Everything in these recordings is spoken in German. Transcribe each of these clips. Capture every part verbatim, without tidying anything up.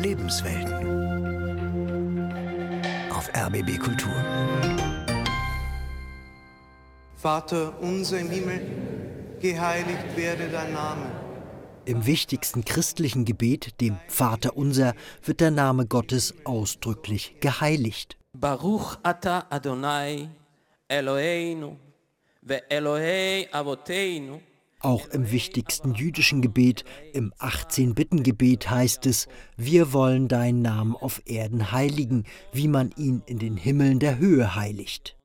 Lebenswelten. Auf R B B Kultur. Vater unser im Himmel, geheiligt werde dein Name. Im wichtigsten christlichen Gebet, dem Vaterunser, wird der Name Gottes ausdrücklich geheiligt. Baruch ata Adonai, Eloheinu, ve Elohei Avoteinu. Auch im wichtigsten jüdischen Gebet, im achtzehn-Bitten-Gebet heißt es, wir wollen deinen Namen auf Erden heiligen, wie man ihn in den Himmeln der Höhe heiligt.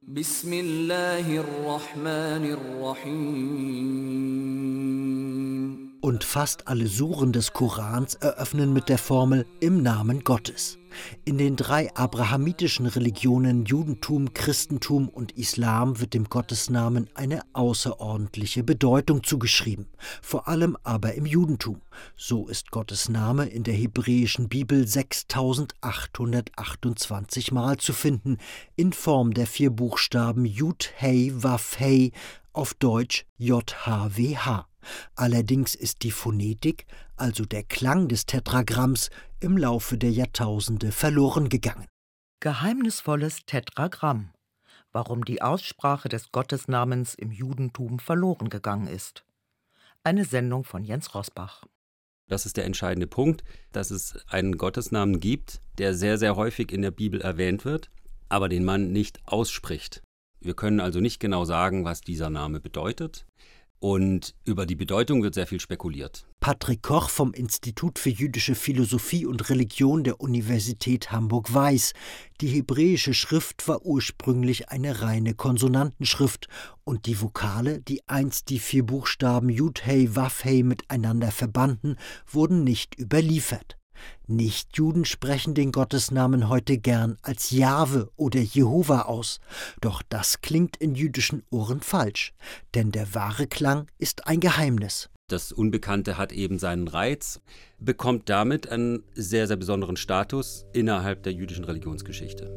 Bismillahirrahmanirrahim. Und fast alle Suren des Korans eröffnen mit der Formel im Namen Gottes. In den drei abrahamitischen Religionen Judentum, Christentum und Islam wird dem Gottesnamen eine außerordentliche Bedeutung zugeschrieben, vor allem aber im Judentum. So ist Gottes Name in der hebräischen Bibel sechstausendachthundertachtundzwanzig Mal zu finden, in Form der vier Buchstaben Jud, Hei, Waf, Hei, auf Deutsch J H W H. Allerdings ist die Phonetik, also der Klang des Tetragramms, im Laufe der Jahrtausende verloren gegangen. Geheimnisvolles Tetragramm. Warum die Aussprache des Gottesnamens im Judentum verloren gegangen ist. Eine Sendung von Jens Rosbach. Das ist der entscheidende Punkt, dass es einen Gottesnamen gibt, der sehr, sehr häufig in der Bibel erwähnt wird, aber den man nicht ausspricht. Wir können also nicht genau sagen, was dieser Name bedeutet. Und über die Bedeutung wird sehr viel spekuliert. Patrick Koch vom Institut für jüdische Philosophie und Religion der Universität Hamburg weiß, die hebräische Schrift war ursprünglich eine reine Konsonantenschrift und die Vokale, die einst die vier Buchstaben Jud, Hei, Waf, Hei miteinander verbanden, wurden nicht überliefert. Nichtjuden sprechen den Gottesnamen heute gern als Jahwe oder Jehova aus. Doch das klingt in jüdischen Ohren falsch, denn der wahre Klang ist ein Geheimnis. Das Unbekannte hat eben seinen Reiz, bekommt damit einen sehr, sehr besonderen Status innerhalb der jüdischen Religionsgeschichte.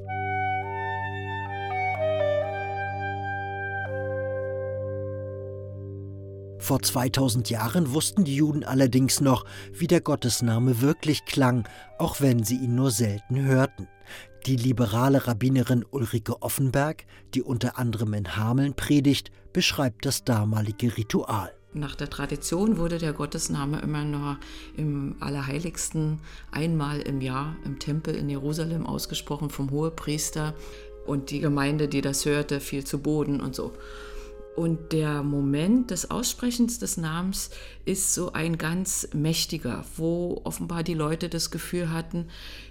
Vor zweitausend Jahren wussten die Juden allerdings noch, wie der Gottesname wirklich klang, auch wenn sie ihn nur selten hörten. Die liberale Rabbinerin Ulrike Offenberg, die unter anderem in Hameln predigt, beschreibt das damalige Ritual. Nach der Tradition wurde der Gottesname immer nur im Allerheiligsten einmal im Jahr im Tempel in Jerusalem ausgesprochen vom Hohepriester. Und die Gemeinde, die das hörte, fiel zu Boden und so. Und der Moment des Aussprechens des Namens ist so ein ganz mächtiger, wo offenbar die Leute das Gefühl hatten,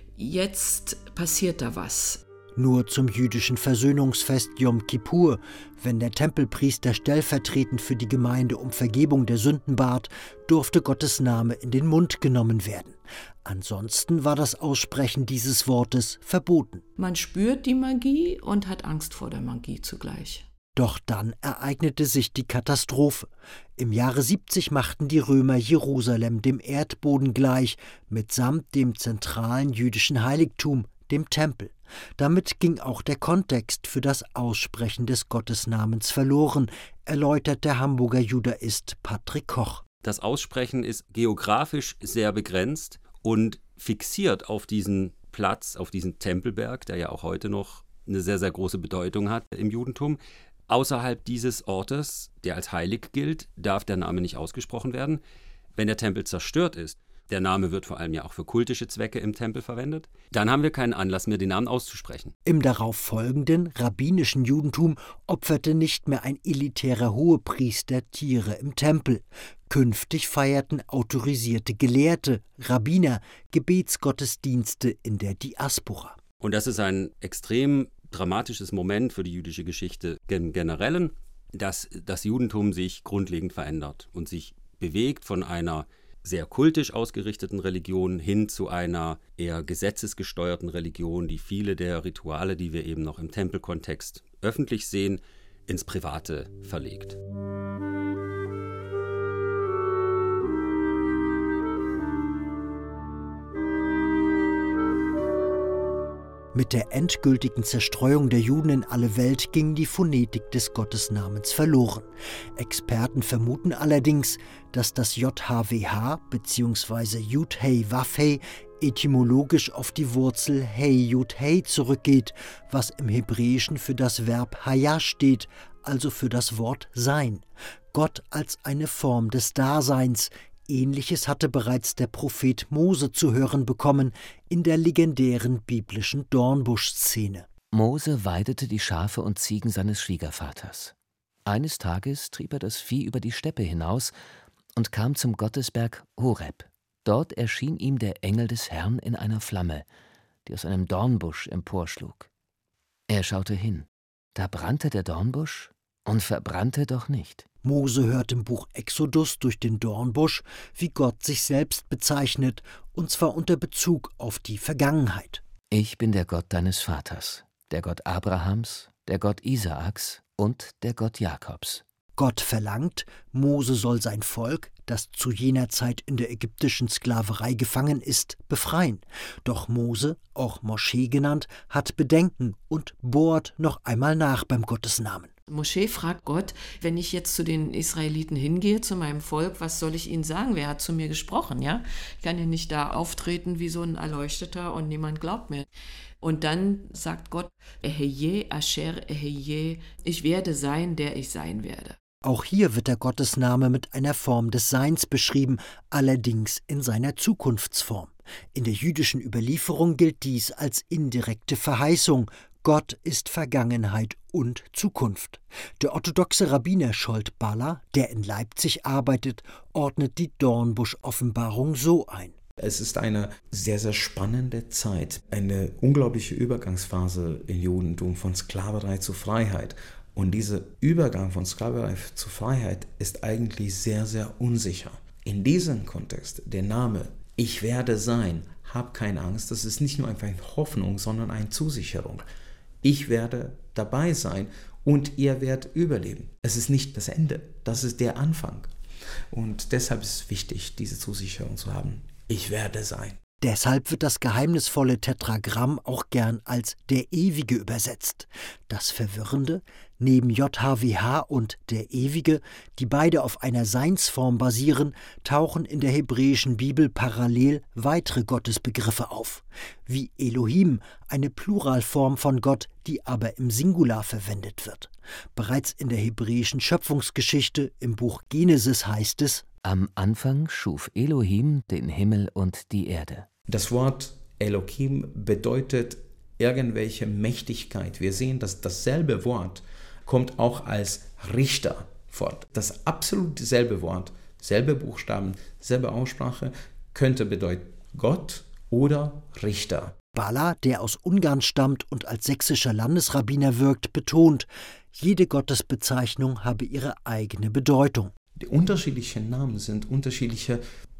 jetzt passiert da was. Nur zum jüdischen Versöhnungsfest Yom Kippur, wenn der Tempelpriester stellvertretend für die Gemeinde um Vergebung der Sünden bat, durfte Gottes Name in den Mund genommen werden. Ansonsten war das Aussprechen dieses Wortes verboten. Man spürt die Magie und hat Angst vor der Magie zugleich. Doch dann ereignete sich die Katastrophe. Im Jahre siebzig machten die Römer Jerusalem dem Erdboden gleich, mitsamt dem zentralen jüdischen Heiligtum, dem Tempel. Damit ging auch der Kontext für das Aussprechen des Gottesnamens verloren, erläutert der Hamburger Judaist Patrick Koch. Das Aussprechen ist geografisch sehr begrenzt und fixiert auf diesen Platz, auf diesen Tempelberg, der ja auch heute noch eine sehr, sehr große Bedeutung hat im Judentum. Außerhalb dieses Ortes, der als heilig gilt, darf der Name nicht ausgesprochen werden. Wenn der Tempel zerstört ist, der Name wird vor allem ja auch für kultische Zwecke im Tempel verwendet, dann haben wir keinen Anlass mehr, den Namen auszusprechen. Im darauf folgenden rabbinischen Judentum opferte nicht mehr ein elitärer Hohepriester Tiere im Tempel. Künftig feierten autorisierte Gelehrte, Rabbiner, Gebetsgottesdienste in der Diaspora. Und das ist ein extrem dramatisches Moment für die jüdische Geschichte im Generellen, dass das Judentum sich grundlegend verändert und sich bewegt von einer sehr kultisch ausgerichteten Religion hin zu einer eher gesetzesgesteuerten Religion, die viele der Rituale, die wir eben noch im Tempelkontext öffentlich sehen, ins Private verlegt. Mit der endgültigen Zerstreuung der Juden in alle Welt ging die Phonetik des Gottesnamens verloren. Experten vermuten allerdings, dass das J H W H bzw. Jud Hei Waf Hei etymologisch auf die Wurzel Hey Yud Hey zurückgeht, was im Hebräischen für das Verb Haya steht, also für das Wort Sein. Gott als eine Form des Daseins. Ähnliches hatte bereits der Prophet Mose zu hören bekommen in der legendären biblischen Dornbusch-Szene. Mose weidete die Schafe und Ziegen seines Schwiegervaters. Eines Tages trieb er das Vieh über die Steppe hinaus und kam zum Gottesberg Horeb. Dort erschien ihm der Engel des Herrn in einer Flamme, die aus einem Dornbusch emporschlug. Er schaute hin. Da brannte der Dornbusch und verbrannte doch nicht. Mose hört im Buch Exodus durch den Dornbusch, wie Gott sich selbst bezeichnet, und zwar unter Bezug auf die Vergangenheit. Ich bin der Gott deines Vaters, der Gott Abrahams, der Gott Isaaks und der Gott Jakobs. Gott verlangt, Mose soll sein Volk, das zu jener Zeit in der ägyptischen Sklaverei gefangen ist, befreien. Doch Mose, auch Moschee genannt, hat Bedenken und bohrt noch einmal nach beim Gottesnamen. Moschee fragt Gott, wenn ich jetzt zu den Israeliten hingehe, zu meinem Volk, was soll ich ihnen sagen? Wer hat zu mir gesprochen? Ja? Ich kann ja nicht da auftreten wie so ein Erleuchteter und niemand glaubt mir. Und dann sagt Gott, Eheye Asher Eheye, ich werde sein, der ich sein werde. Auch hier wird der Gottesname mit einer Form des Seins beschrieben, allerdings in seiner Zukunftsform. In der jüdischen Überlieferung gilt dies als indirekte Verheißung. Gott ist Vergangenheit und Zukunft. Der orthodoxe Rabbiner Scholt Balla, der in Leipzig arbeitet, ordnet die Dornbusch-Offenbarung so ein. Es ist eine sehr, sehr spannende Zeit, eine unglaubliche Übergangsphase im Judentum von Sklaverei zu Freiheit. Und dieser Übergang von Sklaverei zu Freiheit ist eigentlich sehr, sehr unsicher. In diesem Kontext, der Name Ich werde sein, hab keine Angst, das ist nicht nur einfach eine Hoffnung, sondern eine Zusicherung. Ich werde dabei sein und ihr werdet überleben. Es ist nicht das Ende, das ist der Anfang. Und deshalb ist es wichtig, diese Zusicherung zu haben. Ich werde sein. Deshalb wird das geheimnisvolle Tetragramm auch gern als der Ewige übersetzt. Das Verwirrende, neben J H W H und der Ewige, die beide auf einer Seinsform basieren, tauchen in der hebräischen Bibel parallel weitere Gottesbegriffe auf, wie Elohim, eine Pluralform von Gott, die aber im Singular verwendet wird. Bereits in der hebräischen Schöpfungsgeschichte im Buch Genesis heißt es: Am Anfang schuf Elohim den Himmel und die Erde. Das Wort Elohim bedeutet irgendwelche Mächtigkeit. Wir sehen, dass dasselbe Wort kommt auch als Richter fort. Das absolut selbe Wort, selbe Buchstaben, selbe Aussprache könnte bedeuten Gott oder Richter. Balla, der aus Ungarn stammt und als sächsischer Landesrabbiner wirkt, betont, jede Gottesbezeichnung habe ihre eigene Bedeutung. Die unterschiedlichen Namen sind unterschiedliche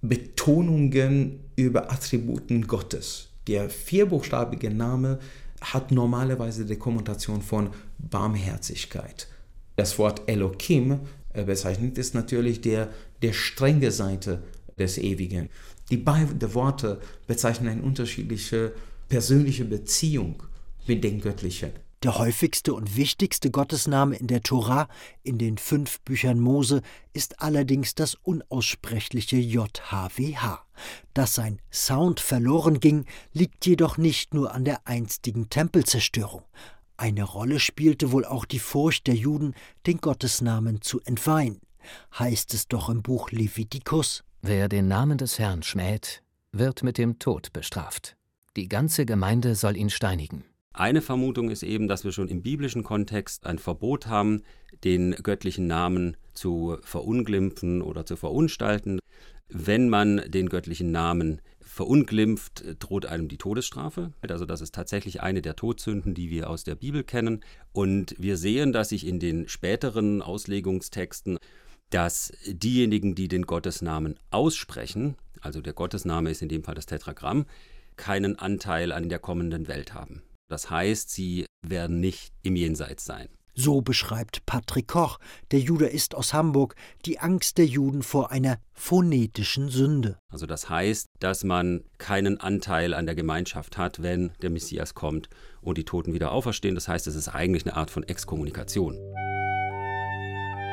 Betonungen über Attributen Gottes. Der vierbuchstabige Name hat normalerweise die Konnotation von Barmherzigkeit. Das Wort Elohim bezeichnet ist natürlich der, der strenge Seite des Ewigen. Die beiden Worte bezeichnen eine unterschiedliche persönliche Beziehung mit dem Göttlichen. Der häufigste und wichtigste Gottesname in der Tora, in den fünf Büchern Mose, ist allerdings das unaussprechliche J H W H. Dass sein Sound verloren ging, liegt jedoch nicht nur an der einstigen Tempelzerstörung. Eine Rolle spielte wohl auch die Furcht der Juden, den Gottesnamen zu entweihen. Heißt es doch im Buch Levitikus: Wer den Namen des Herrn schmäht, wird mit dem Tod bestraft. Die ganze Gemeinde soll ihn steinigen. Eine Vermutung ist eben, dass wir schon im biblischen Kontext ein Verbot haben, den göttlichen Namen zu verunglimpfen oder zu verunstalten. Wenn man den göttlichen Namen verunglimpft, droht einem die Todesstrafe. Also das ist tatsächlich eine der Todsünden, die wir aus der Bibel kennen. Und wir sehen, dass sich in den späteren Auslegungstexten, dass diejenigen, die den Gottesnamen aussprechen, also der Gottesname ist in dem Fall das Tetragramm, keinen Anteil an der kommenden Welt haben. Das heißt, sie werden nicht im Jenseits sein. So beschreibt Patrick Koch, der Judaist aus Hamburg, die Angst der Juden vor einer phonetischen Sünde. Also das heißt, dass man keinen Anteil an der Gemeinschaft hat, wenn der Messias kommt und die Toten wieder auferstehen. Das heißt, es ist eigentlich eine Art von Exkommunikation.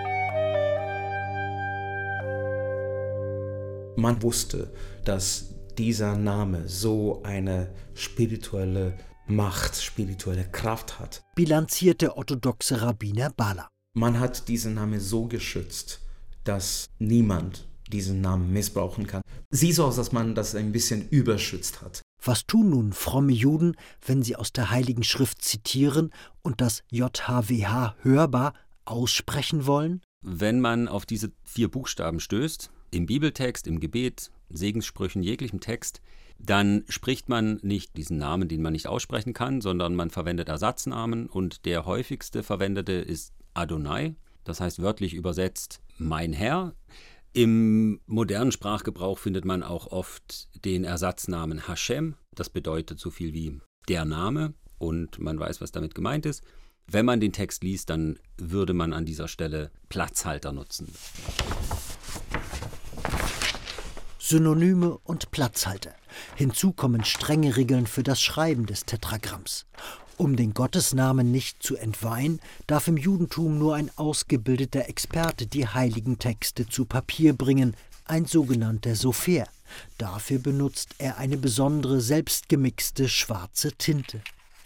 Man wusste, dass dieser Name so eine spirituelle Macht, spirituelle Kraft hat. Bilanziert der orthodoxe Rabbiner Bala. Man hat diesen Namen so geschützt, dass niemand diesen Namen missbrauchen kann. Sieht so aus, dass man das ein bisschen überschützt hat. Was tun nun fromme Juden, wenn sie aus der Heiligen Schrift zitieren und das J H W H hörbar aussprechen wollen? Wenn man auf diese vier Buchstaben stößt, im Bibeltext, im Gebet, Segenssprüchen, jeglichem Text, dann spricht man nicht diesen Namen, den man nicht aussprechen kann, sondern man verwendet Ersatznamen und der häufigste verwendete ist Adonai, das heißt wörtlich übersetzt mein Herr. Im modernen Sprachgebrauch findet man auch oft den Ersatznamen Hashem, das bedeutet so viel wie der Name und man weiß, was damit gemeint ist. Wenn man den Text liest, dann würde man an dieser Stelle Platzhalter nutzen. Synonyme und Platzhalter. Hinzu kommen strenge Regeln für das Schreiben des Tetragramms. Um den Gottesnamen nicht zu entweihen, darf im Judentum nur ein ausgebildeter Experte die heiligen Texte zu Papier bringen, ein sogenannter Sofer. Dafür benutzt er eine besondere, selbstgemixte schwarze Tinte.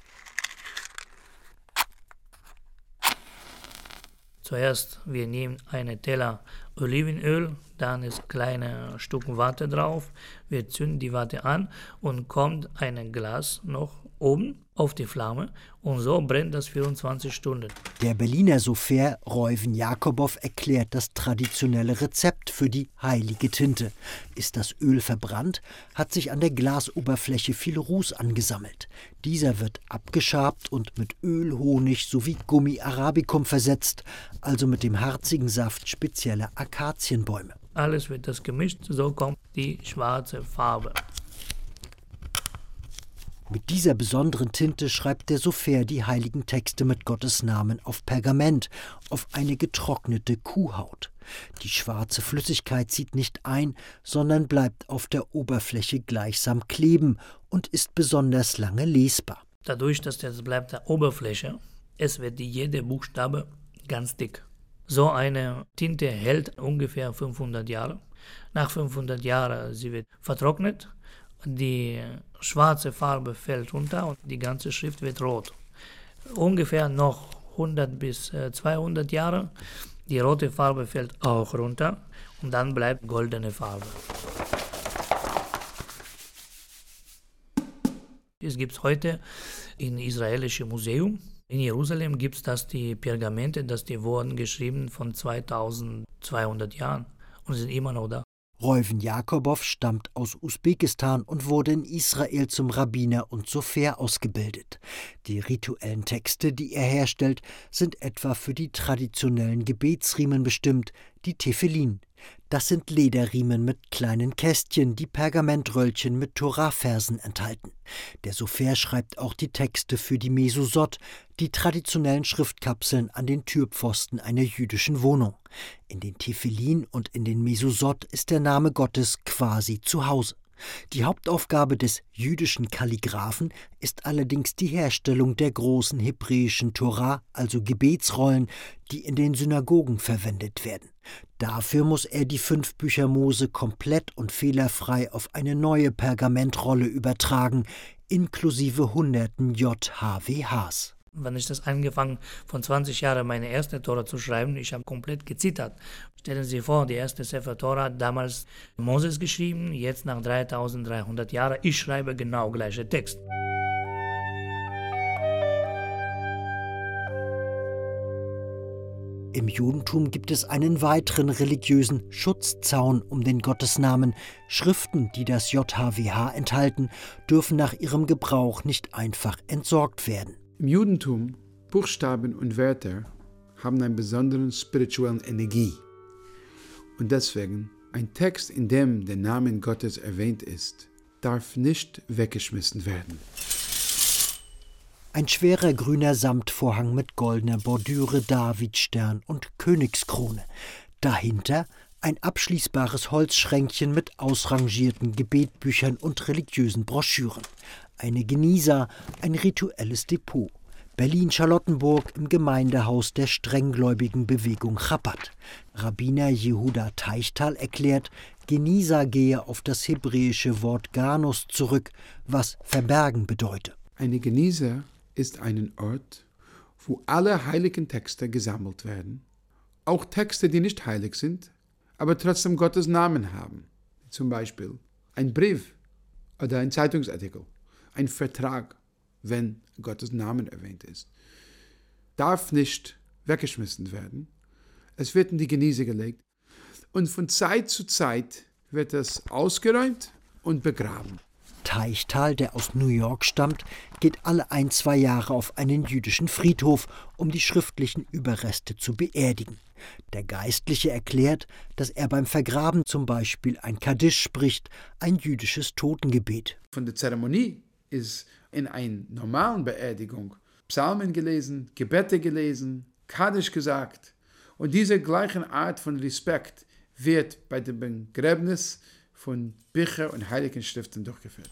Zuerst, wir nehmen einen Teller Olivenöl, dann ist kleine Stück Watte drauf. Wir zünden die Watte an und kommt ein Glas noch oben auf die Flamme und so brennt das vierundzwanzig Stunden. Der Berliner Sofer Reuven Jakobow erklärt das traditionelle Rezept für die heilige Tinte. Ist das Öl verbrannt, hat sich an der Glasoberfläche viel Ruß angesammelt. Dieser wird abgeschabt und mit Öl, Honig sowie Gummi arabicum versetzt, also mit dem harzigen Saft spezieller Akazienbäume. Alles wird das gemischt, so kommt die schwarze Farbe. Mit dieser besonderen Tinte schreibt der Sofer die heiligen Texte mit Gottes Namen auf Pergament, auf eine getrocknete Kuhhaut. Die schwarze Flüssigkeit zieht nicht ein, sondern bleibt auf der Oberfläche gleichsam kleben und ist besonders lange lesbar. Dadurch, dass das bleibt der Oberfläche, es wird jeder Buchstabe ganz dick. So eine Tinte hält ungefähr fünfhundert Jahre. Nach fünfhundert Jahren sie wird vertrocknet. Die schwarze Farbe fällt runter und die ganze Schrift wird rot. Ungefähr noch hundert bis zweihundert Jahre. Die rote Farbe fällt auch runter und dann bleibt goldene Farbe. Es gibt heute im israelischen Museum in Jerusalem gibt es das die Pergamente, das die wurden geschrieben von zweitausendzweihundert Jahren und sind immer noch da. Reuven Jakobow stammt aus Usbekistan und wurde in Israel zum Rabbiner und Sofer ausgebildet. Die rituellen Texte, die er herstellt, sind etwa für die traditionellen Gebetsriemen bestimmt, die Tefillin. Das sind Lederriemen mit kleinen Kästchen, die Pergamentröllchen mit Torah-Versen enthalten. Der Sofer schreibt auch die Texte für die Mesosot, die traditionellen Schriftkapseln an den Türpfosten einer jüdischen Wohnung. In den Tefillin und in den Mesosot ist der Name Gottes quasi zu Hause. Die Hauptaufgabe des jüdischen Kalligraphen ist allerdings die Herstellung der großen hebräischen Torah, also Gebetsrollen, die in den Synagogen verwendet werden. Dafür muss er die fünf Bücher Mose komplett und fehlerfrei auf eine neue Pergamentrolle übertragen, inklusive hunderten J H W Hs. Wenn ich das angefangen von zwanzig Jahren meine erste Tora zu schreiben, ich habe komplett gezittert. Stellen Sie vor, die erste Sefer Tora hat damals Moses geschrieben, jetzt nach dreitausenddreihundert Jahren, ich schreibe genau gleichen Text. Im Judentum gibt es einen weiteren religiösen Schutzzaun um den Gottesnamen. Schriften, die das J H W H enthalten, dürfen nach ihrem Gebrauch nicht einfach entsorgt werden. Im Judentum, Buchstaben und Wörter haben einen besonderen spirituellen Energie. Und deswegen, ein Text, in dem der Name Gottes erwähnt ist, darf nicht weggeschmissen werden. Ein schwerer grüner Samtvorhang mit goldener Bordüre, Davidstern und Königskrone. Dahinter ein abschließbares Holzschränkchen mit ausrangierten Gebetbüchern und religiösen Broschüren. Eine Genisa, ein rituelles Depot. Berlin-Charlottenburg im Gemeindehaus der strenggläubigen Bewegung Chabad. Rabbiner Jehuda Teichtal erklärt, Genisa gehe auf das hebräische Wort Ganus zurück, was verbergen bedeutet. Eine Genisa ist ein Ort, wo alle heiligen Texte gesammelt werden, auch Texte, die nicht heilig sind, aber trotzdem Gottes Namen haben. Zum Beispiel ein Brief oder ein Zeitungsartikel, ein Vertrag, wenn Gottes Namen erwähnt ist, darf nicht weggeschmissen werden. Es wird in die Genise gelegt und von Zeit zu Zeit wird es ausgeräumt und begraben. Teichtal, der aus New York stammt, geht alle ein, zwei Jahre auf einen jüdischen Friedhof, um die schriftlichen Überreste zu beerdigen. Der Geistliche erklärt, dass er beim Vergraben zum Beispiel ein Kaddisch spricht, ein jüdisches Totengebet. Von der Zeremonie ist in einer normalen Beerdigung Psalmen gelesen, Gebete gelesen, Kaddisch gesagt. Und diese gleiche Art von Respekt wird bei dem Begräbnis von Büchern und heiligen Schriften durchgeführt.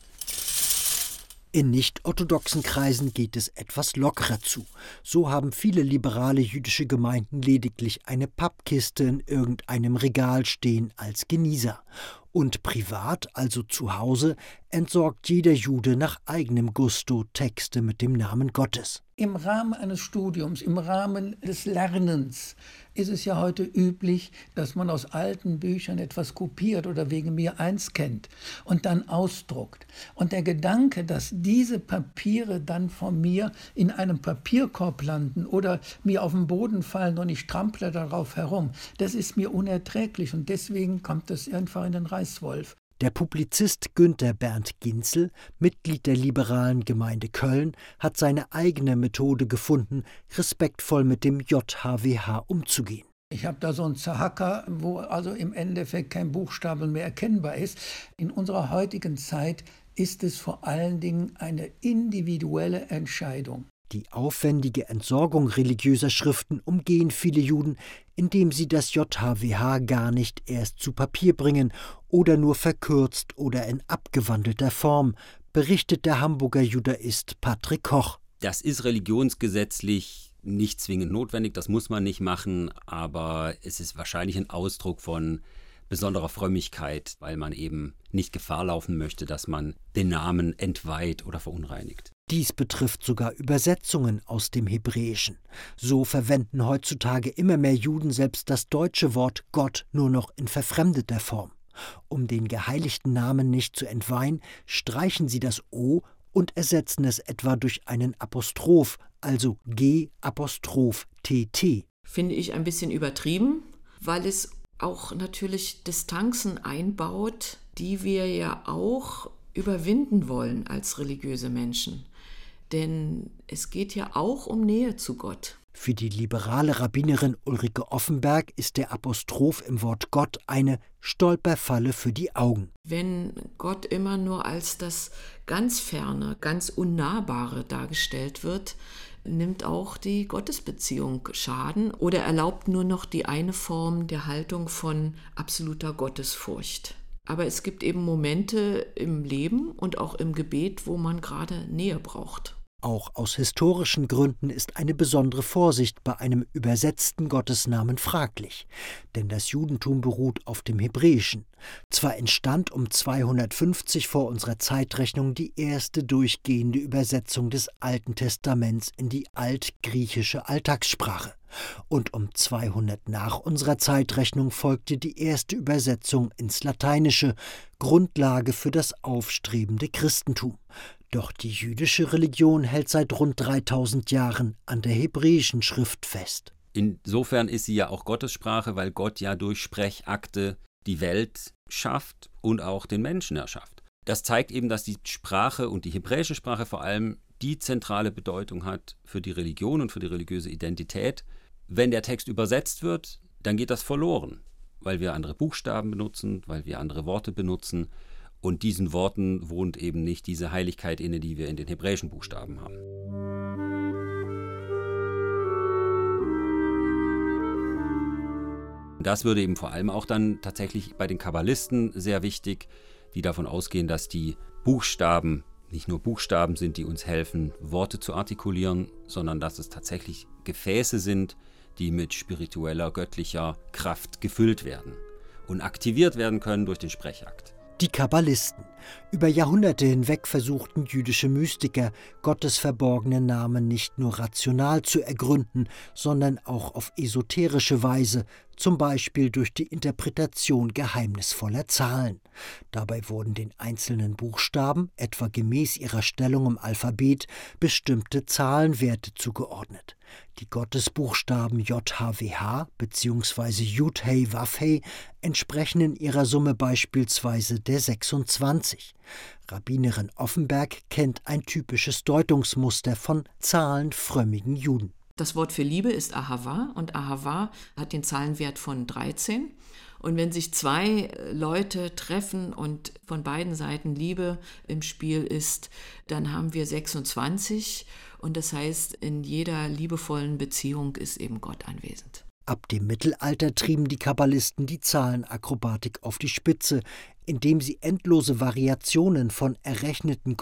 In nicht-orthodoxen Kreisen geht es etwas lockerer zu. So haben viele liberale jüdische Gemeinden lediglich eine Pappkiste in irgendeinem Regal stehen als Genisa. Und privat, also zu Hause, entsorgt jeder Jude nach eigenem Gusto Texte mit dem Namen Gottes. Im Rahmen eines Studiums, im Rahmen des Lernens ist es ja heute üblich, dass man aus alten Büchern etwas kopiert oder wegen mir einscannt und dann ausdruckt. Und der Gedanke, dass diese Papiere dann von mir in einem Papierkorb landen oder mir auf den Boden fallen und ich trample darauf herum, das ist mir unerträglich und deswegen kommt es einfach in den Reißwolf. Der Publizist Günther Bernd Ginzel, Mitglied der liberalen Gemeinde Köln, hat seine eigene Methode gefunden, respektvoll mit dem J H W H umzugehen. Ich habe da so einen Zahacker, wo also im Endeffekt kein Buchstabe mehr erkennbar ist. In unserer heutigen Zeit ist es vor allen Dingen eine individuelle Entscheidung. Die aufwendige Entsorgung religiöser Schriften umgehen viele Juden, indem sie das J H W H gar nicht erst zu Papier bringen oder nur verkürzt oder in abgewandelter Form, berichtet der Hamburger Judaist Patrick Koch. Das ist religionsgesetzlich nicht zwingend notwendig, das muss man nicht machen, aber es ist wahrscheinlich ein Ausdruck von besonderer Frömmigkeit, weil man eben nicht Gefahr laufen möchte, dass man den Namen entweiht oder verunreinigt. Dies betrifft sogar Übersetzungen aus dem Hebräischen. So verwenden heutzutage immer mehr Juden selbst das deutsche Wort Gott nur noch in verfremdeter Form. Um den geheiligten Namen nicht zu entweihen, streichen sie das O und ersetzen es etwa durch einen Apostroph, also G Apostroph T T. Finde ich ein bisschen übertrieben, weil es auch natürlich Distanzen einbaut, die wir ja auch überwinden wollen als religiöse Menschen. Denn es geht ja auch um Nähe zu Gott. Für die liberale Rabbinerin Ulrike Offenberg ist der Apostroph im Wort Gott eine Stolperfalle für die Augen. Wenn Gott immer nur als das ganz Ferne, ganz Unnahbare dargestellt wird, nimmt auch die Gottesbeziehung Schaden oder erlaubt nur noch die eine Form der Haltung von absoluter Gottesfurcht. Aber es gibt eben Momente im Leben und auch im Gebet, wo man gerade Nähe braucht. Auch aus historischen Gründen ist eine besondere Vorsicht bei einem übersetzten Gottesnamen fraglich, denn das Judentum beruht auf dem Hebräischen. Zwar entstand um zweihundertfünfzig vor unserer Zeitrechnung die erste durchgehende Übersetzung des Alten Testaments in die altgriechische Alltagssprache, und um zweihundert nach unserer Zeitrechnung folgte die erste Übersetzung ins Lateinische, Grundlage für das aufstrebende Christentum. Doch die jüdische Religion hält seit rund dreitausend Jahren an der hebräischen Schrift fest. Insofern ist sie ja auch Gottessprache, weil Gott ja durch Sprechakte die Welt schafft und auch den Menschen erschafft. Das zeigt eben, dass die Sprache und die hebräische Sprache vor allem die zentrale Bedeutung hat für die Religion und für die religiöse Identität. Wenn der Text übersetzt wird, dann geht das verloren, weil wir andere Buchstaben benutzen, weil wir andere Worte benutzen. Und diesen Worten wohnt eben nicht diese Heiligkeit inne, die wir in den hebräischen Buchstaben haben. Das würde eben vor allem auch dann tatsächlich bei den Kabbalisten sehr wichtig, die davon ausgehen, dass die Buchstaben nicht nur Buchstaben sind, die uns helfen, Worte zu artikulieren, sondern dass es tatsächlich Gefäße sind, die mit spiritueller, göttlicher Kraft gefüllt werden. und aktiviert werden können durch den Sprechakt. Die Kabbalisten. Über Jahrhunderte hinweg versuchten jüdische Mystiker, Gottes verborgene Namen nicht nur rational zu ergründen, sondern auch auf esoterische Weise, zum Beispiel durch die Interpretation geheimnisvoller Zahlen. Dabei wurden den einzelnen Buchstaben, etwa gemäß ihrer Stellung im Alphabet, bestimmte Zahlenwerte zugeordnet. Die Gottesbuchstaben J H W H bzw. Yud Hei Wav Hei entsprechen in ihrer Summe beispielsweise der sechsundzwanzig. Rabbinerin Offenberg kennt ein typisches Deutungsmuster von zahlenfrömmigen Juden. Das Wort für Liebe ist Ahava und Ahava hat den Zahlenwert von dreizehn. Und wenn sich zwei Leute treffen und von beiden Seiten Liebe im Spiel ist, dann haben wir sechsundzwanzig. Und das heißt, in jeder liebevollen Beziehung ist eben Gott anwesend. Ab dem Mittelalter trieben die Kabbalisten die Zahlenakrobatik auf die Spitze, indem sie endlose Variationen von errechneten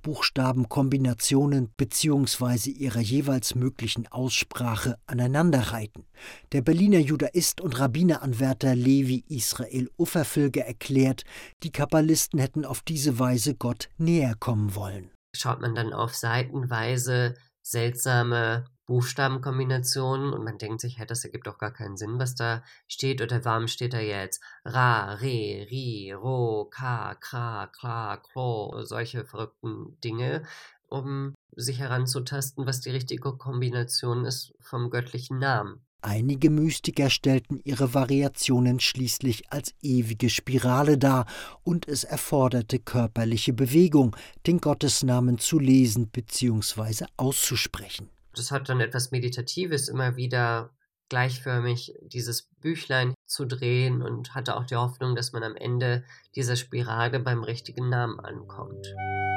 Gottesbuchstabenkombinationen bzw. ihrer jeweils möglichen Aussprache aneinanderreihten. Der Berliner Judaist und Rabbineranwärter Levi Israel Ufferfilger erklärt, die Kabbalisten hätten auf diese Weise Gott näher kommen wollen. Schaut man dann auf seitenweise seltsame Buchstabenkombinationen und man denkt sich, hey, das ergibt doch gar keinen Sinn, was da steht, oder warum steht da jetzt Ra, Re, Ri, Ro, Ka, Kra, Kla, Klo, solche verrückten Dinge, um sich heranzutasten, was die richtige Kombination ist vom göttlichen Namen. Einige Mystiker stellten ihre Variationen schließlich als ewige Spirale dar und es erforderte körperliche Bewegung, den Gottesnamen zu lesen bzw. auszusprechen. Das hat dann etwas Meditatives, immer wieder gleichförmig dieses Büchlein zu drehen, und hatte auch die Hoffnung, dass man am Ende dieser Spirale beim richtigen Namen ankommt.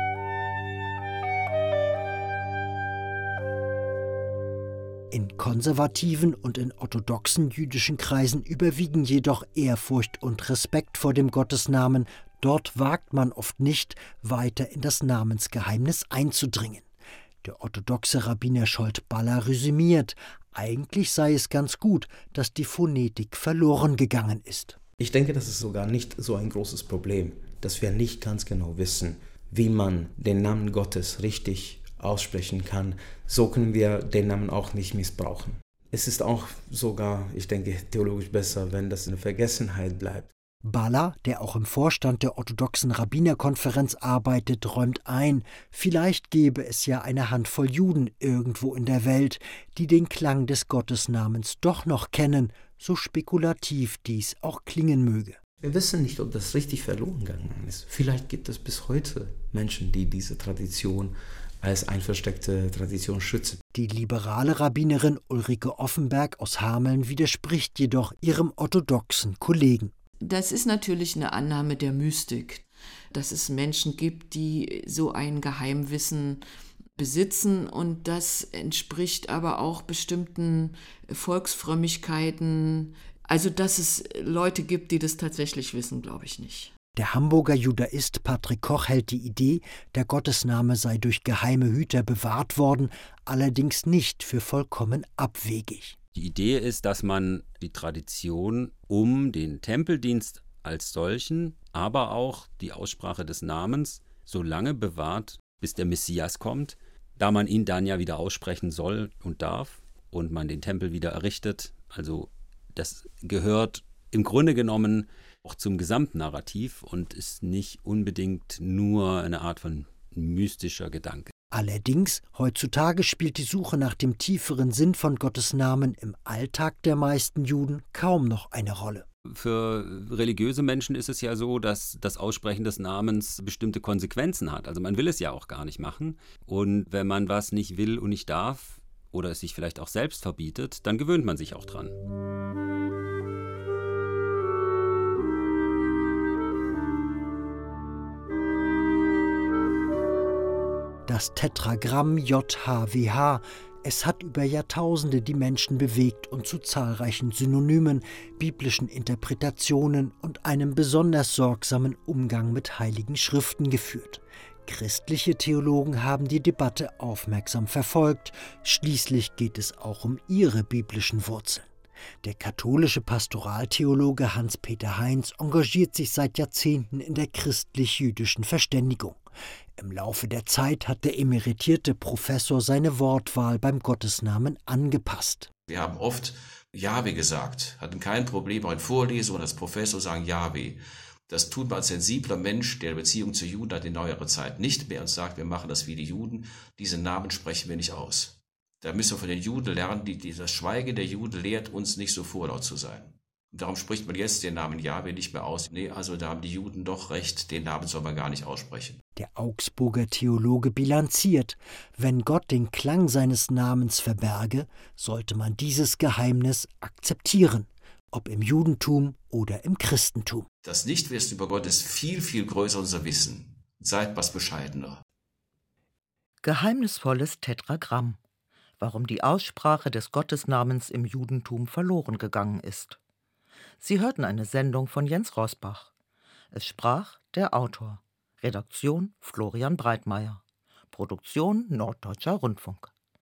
In konservativen und in orthodoxen jüdischen Kreisen überwiegen jedoch Ehrfurcht und Respekt vor dem Gottesnamen. Dort wagt man oft nicht, weiter in das Namensgeheimnis einzudringen. Der orthodoxe Rabbiner Scholt-Baller resümiert, eigentlich sei es ganz gut, dass die Phonetik verloren gegangen ist. Ich denke, das ist sogar nicht so ein großes Problem, dass wir nicht ganz genau wissen, wie man den Namen Gottes richtig aussprechen kann. So können wir den Namen auch nicht missbrauchen. Es ist auch sogar, ich denke, theologisch besser, wenn das in Vergessenheit bleibt. Baller, der auch im Vorstand der orthodoxen Rabbinerkonferenz arbeitet, räumt ein, vielleicht gäbe es ja eine Handvoll Juden irgendwo in der Welt, die den Klang des Gottesnamens doch noch kennen, so spekulativ dies auch klingen möge. Wir wissen nicht, ob das richtig verloren gegangen ist. Vielleicht gibt es bis heute Menschen, die diese Tradition als eine versteckte Tradition schützen. Die liberale Rabbinerin Ulrike Offenberg aus Hameln widerspricht jedoch ihrem orthodoxen Kollegen. Das ist natürlich eine Annahme der Mystik, dass es Menschen gibt, die so ein Geheimwissen besitzen, und das entspricht aber auch bestimmten Volksfrömmigkeiten. Also, dass es Leute gibt, die das tatsächlich wissen, glaube ich nicht. Der Hamburger Judaist Patrick Koch hält die Idee, der Gottesname sei durch geheime Hüter bewahrt worden, allerdings nicht für vollkommen abwegig. Die Idee ist, dass man die Tradition um den Tempeldienst als solchen, aber auch die Aussprache des Namens so lange bewahrt, bis der Messias kommt, da man ihn dann ja wieder aussprechen soll und darf und man den Tempel wieder errichtet. Also das gehört im Grunde genommen auch zum Gesamtnarrativ und ist nicht unbedingt nur eine Art von mystischer Gedanke. Allerdings, heutzutage spielt die Suche nach dem tieferen Sinn von Gottes Namen im Alltag der meisten Juden kaum noch eine Rolle. Für religiöse Menschen ist es ja so, dass das Aussprechen des Namens bestimmte Konsequenzen hat. Also man will es ja auch gar nicht machen. Und wenn man was nicht will und nicht darf oder es sich vielleicht auch selbst verbietet, dann gewöhnt man sich auch dran. Das Tetragramm J H W H, es hat über Jahrtausende die Menschen bewegt und zu zahlreichen Synonymen, biblischen Interpretationen und einem besonders sorgsamen Umgang mit heiligen Schriften geführt. Christliche Theologen haben die Debatte aufmerksam verfolgt, schließlich geht es auch um ihre biblischen Wurzeln. Der katholische Pastoraltheologe Hans-Peter Heinz engagiert sich seit Jahrzehnten in der christlich-jüdischen Verständigung. Im Laufe der Zeit hat der emeritierte Professor seine Wortwahl beim Gottesnamen angepasst. Wir haben oft Jahwe gesagt, hatten kein Problem, auch in Vorlesungen als Professor sagen Jahwe. Das tut man als sensibler Mensch, der Beziehung zu Juden hat in neuerer Zeit nicht mehr und sagt, wir machen das wie die Juden, diese Namen sprechen wir nicht aus. Da müssen wir von den Juden lernen, die, die, das Schweigen der Juden lehrt uns nicht so vorlaut zu sein. Und darum spricht man jetzt den Namen Jahwe nicht mehr aus. Nee, also da haben die Juden doch recht, den Namen soll man gar nicht aussprechen. Der Augsburger Theologe bilanziert, wenn Gott den Klang seines Namens verberge, sollte man dieses Geheimnis akzeptieren, ob im Judentum oder im Christentum. Das Nichtwissen über Gott ist viel, viel größer als unser Wissen. Seid was bescheidener. Geheimnisvolles Tetragramm. Warum die Aussprache des Gottesnamens im Judentum verloren gegangen ist. Sie hörten eine Sendung von Jens Rosbach. Es sprach der Autor. Redaktion Florian Breitmeier. Produktion Norddeutscher Rundfunk.